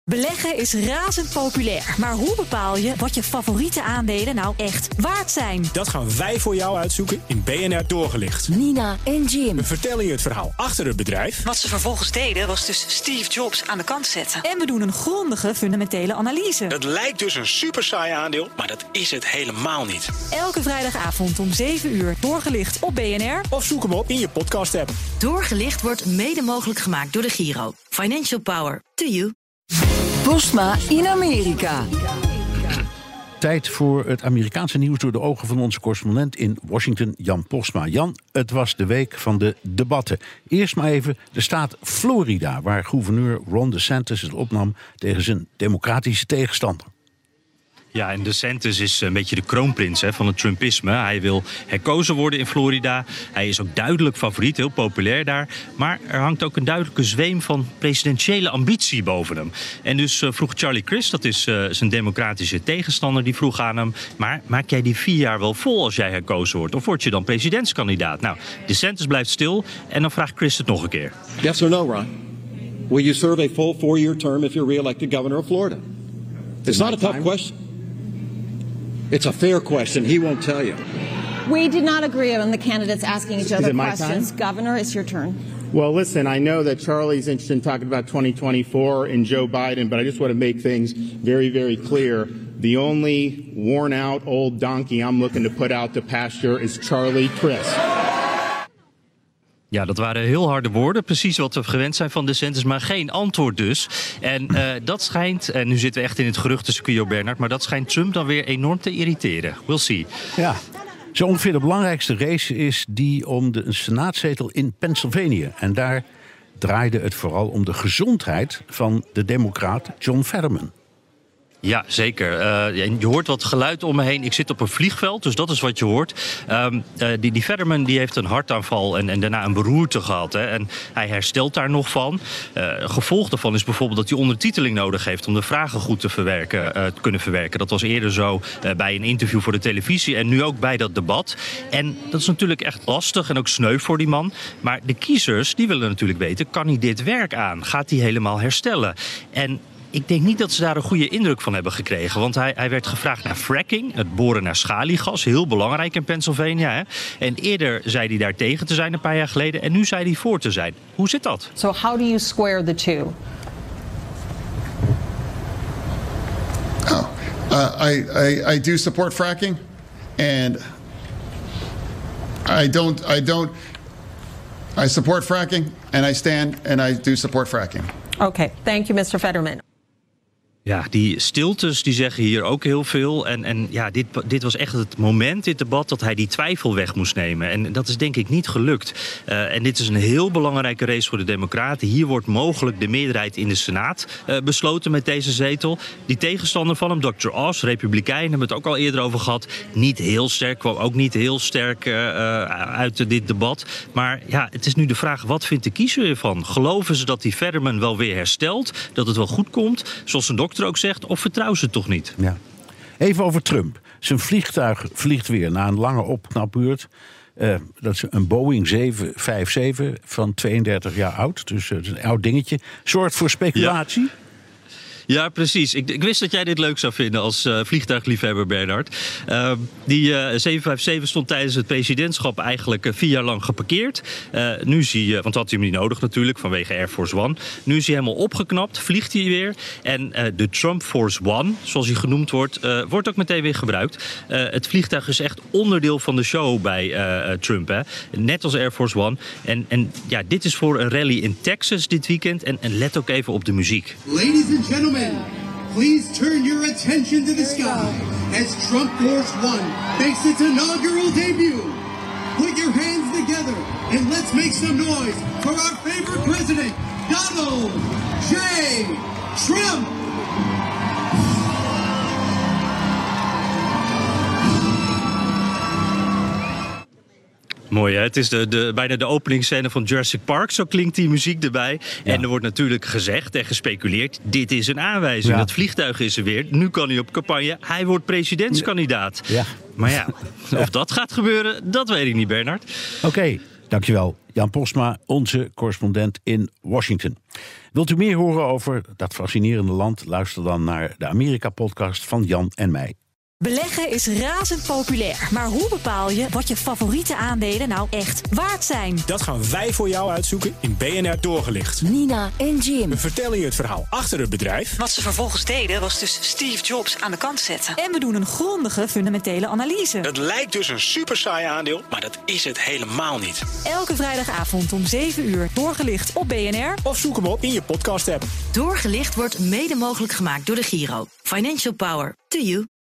Beleggen is razend populair. Maar hoe bepaal je wat je favoriete aandelen nou echt waard zijn? Dat gaan wij voor jou uitzoeken in BNR Doorgelicht. Nina en Jim. We vertellen je het verhaal achter het bedrijf. Wat ze vervolgens deden was dus Steve Jobs aan de kant zetten. En we doen een grondige fundamentele analyse. Het lijkt dus een super saai aandeel, maar dat is het helemaal niet. Elke vrijdagavond om 7 uur Doorgelicht op BNR. Of zoek hem op in je podcast-app. Doorgelicht wordt mede mogelijk gemaakt door de Giro. Financial power to you. Postma in Amerika. Tijd voor het Amerikaanse nieuws door de ogen van onze correspondent in Washington, Jan Postma. Jan, het was de week van de debatten. Eerst maar even de staat Florida, waar gouverneur Ron DeSantis het opnam tegen zijn democratische tegenstander. Ja, en DeSantis is een beetje de kroonprins van het Trumpisme. Hij wil herkozen worden in Florida. Hij is ook duidelijk favoriet, heel populair daar. Maar er hangt ook een duidelijke zweem van presidentiële ambitie boven hem. En dus vroeg Charlie Crist, dat is zijn democratische tegenstander, die vroeg aan hem: maar maak jij die 4 jaar wel vol als jij herkozen wordt? Of word je dan presidentskandidaat? Nou, DeSantis blijft stil en dan vraagt Crist het nog een keer. Yes or no, Ron? Will you serve a full 4-year term if you're re-elected governor of Florida? It's not a tough question. It's a fair question. He won't tell you. We did not agree on the candidates asking each other questions. Governor, it's your turn. Well, listen, I know that Charlie's interested in talking about 2024 and Joe Biden, but I just want to make things very, very clear. The only worn-out old donkey I'm looking to put out to pasture is Charlie Crist. Ja, dat waren heel harde woorden. Precies wat we gewend zijn van DeSantis, maar geen antwoord dus. En dat schijnt, en nu zitten we echt in het geruchtencircuit, Bernard, maar dat schijnt Trump dan weer enorm te irriteren. We'll see. Ja, zo ongeveer de belangrijkste race is die om de senaatzetel in Pennsylvania. En daar draaide het vooral om de gezondheid van de democraat John Fetterman. Ja, zeker. Je hoort wat geluid om me heen. Ik zit op een vliegveld, dus dat is wat je hoort. Die Fetterman die heeft een hartaanval en daarna een beroerte gehad. Hè, en hij herstelt daar nog van. Gevolg daarvan is bijvoorbeeld dat hij ondertiteling nodig heeft om de vragen goed te kunnen verwerken. Dat was eerder zo bij een interview voor de televisie en nu ook bij dat debat. En dat is natuurlijk echt lastig en ook sneu voor die man. Maar de kiezers die willen natuurlijk weten, kan hij dit werk aan? Gaat hij helemaal herstellen? En ik denk niet dat ze daar een goede indruk van hebben gekregen. Want hij werd gevraagd naar fracking, het boren naar schaliegas. Heel belangrijk in Pennsylvania. Hè? En eerder zei hij daar tegen te zijn een paar jaar geleden. En nu zei hij voor te zijn. Hoe zit dat? So how do you square the two? I do support fracking. And I support fracking. And I stand and I do support fracking. Okay, thank you, Mr. Fetterman. Ja, die stiltes die zeggen hier ook heel veel. En ja, dit was echt het moment, dit debat, dat hij die twijfel weg moest nemen. En dat is denk ik niet gelukt. En dit is een heel belangrijke race voor de Democraten. Hier wordt mogelijk de meerderheid in de Senaat besloten met deze zetel. Die tegenstander van hem, Dr. Oz, Republikein, hebben we het ook al eerder over gehad. Niet heel sterk, kwam ook niet heel sterk uit dit debat. Maar ja, het is nu de vraag, wat vindt de kiezer ervan? Geloven ze dat die Fetterman wel weer herstelt? Dat het wel goed komt, zoals zijn dokter ook zegt, of vertrouwen ze het toch niet? Ja. Even over Trump. Zijn vliegtuig vliegt weer na een lange opknapbeurt. Dat is een Boeing 757 van 32 jaar oud. Dus het is een oud dingetje. Zorgt voor speculatie. Ja. Ja, precies. Ik wist dat jij dit leuk zou vinden als vliegtuigliefhebber, Bernard. Die 757 stond tijdens het presidentschap eigenlijk 4 jaar lang geparkeerd. Nu is hij, want had hij hem niet nodig natuurlijk, vanwege Air Force One. Nu is hij helemaal opgeknapt, vliegt hij weer. En de Trump Force One, zoals hij genoemd wordt, wordt ook meteen weer gebruikt. Het vliegtuig is echt onderdeel van de show bij Trump, hè? Net als Air Force One. En ja, dit is voor een rally in Texas dit weekend. En let ook even op de muziek. Ladies and gentlemen, please turn your attention to the sky as Trump Force One makes its inaugural debut. Put your hands together and let's make some noise for our favorite president, Donald J. Trump. Mooi, hè? Het is bijna de openingsscène van Jurassic Park. Zo klinkt die muziek erbij. Ja. En er wordt natuurlijk gezegd en gespeculeerd, dit is een aanwijzing. Ja. Dat vliegtuig is er weer. Nu kan hij op campagne. Hij wordt presidentskandidaat. Ja. Maar ja, of dat gaat gebeuren, dat weet ik niet, Bernard. Oké, dankjewel. Jan Postma, onze correspondent in Washington. Wilt u meer horen over dat fascinerende land? Luister dan naar de Amerika-podcast van Jan en mij. Beleggen is razend populair. Maar hoe bepaal je wat je favoriete aandelen nou echt waard zijn? Dat gaan wij voor jou uitzoeken in BNR Doorgelicht. Nina en Jim. We vertellen je het verhaal achter het bedrijf. Wat ze vervolgens deden was dus Steve Jobs aan de kant zetten. En we doen een grondige fundamentele analyse. Het lijkt dus een super saai aandeel, maar dat is het helemaal niet. Elke vrijdagavond om 7 uur Doorgelicht op BNR. Of zoek hem op in je podcast-app. Doorgelicht wordt mede mogelijk gemaakt door de Giro. Financial Power to you.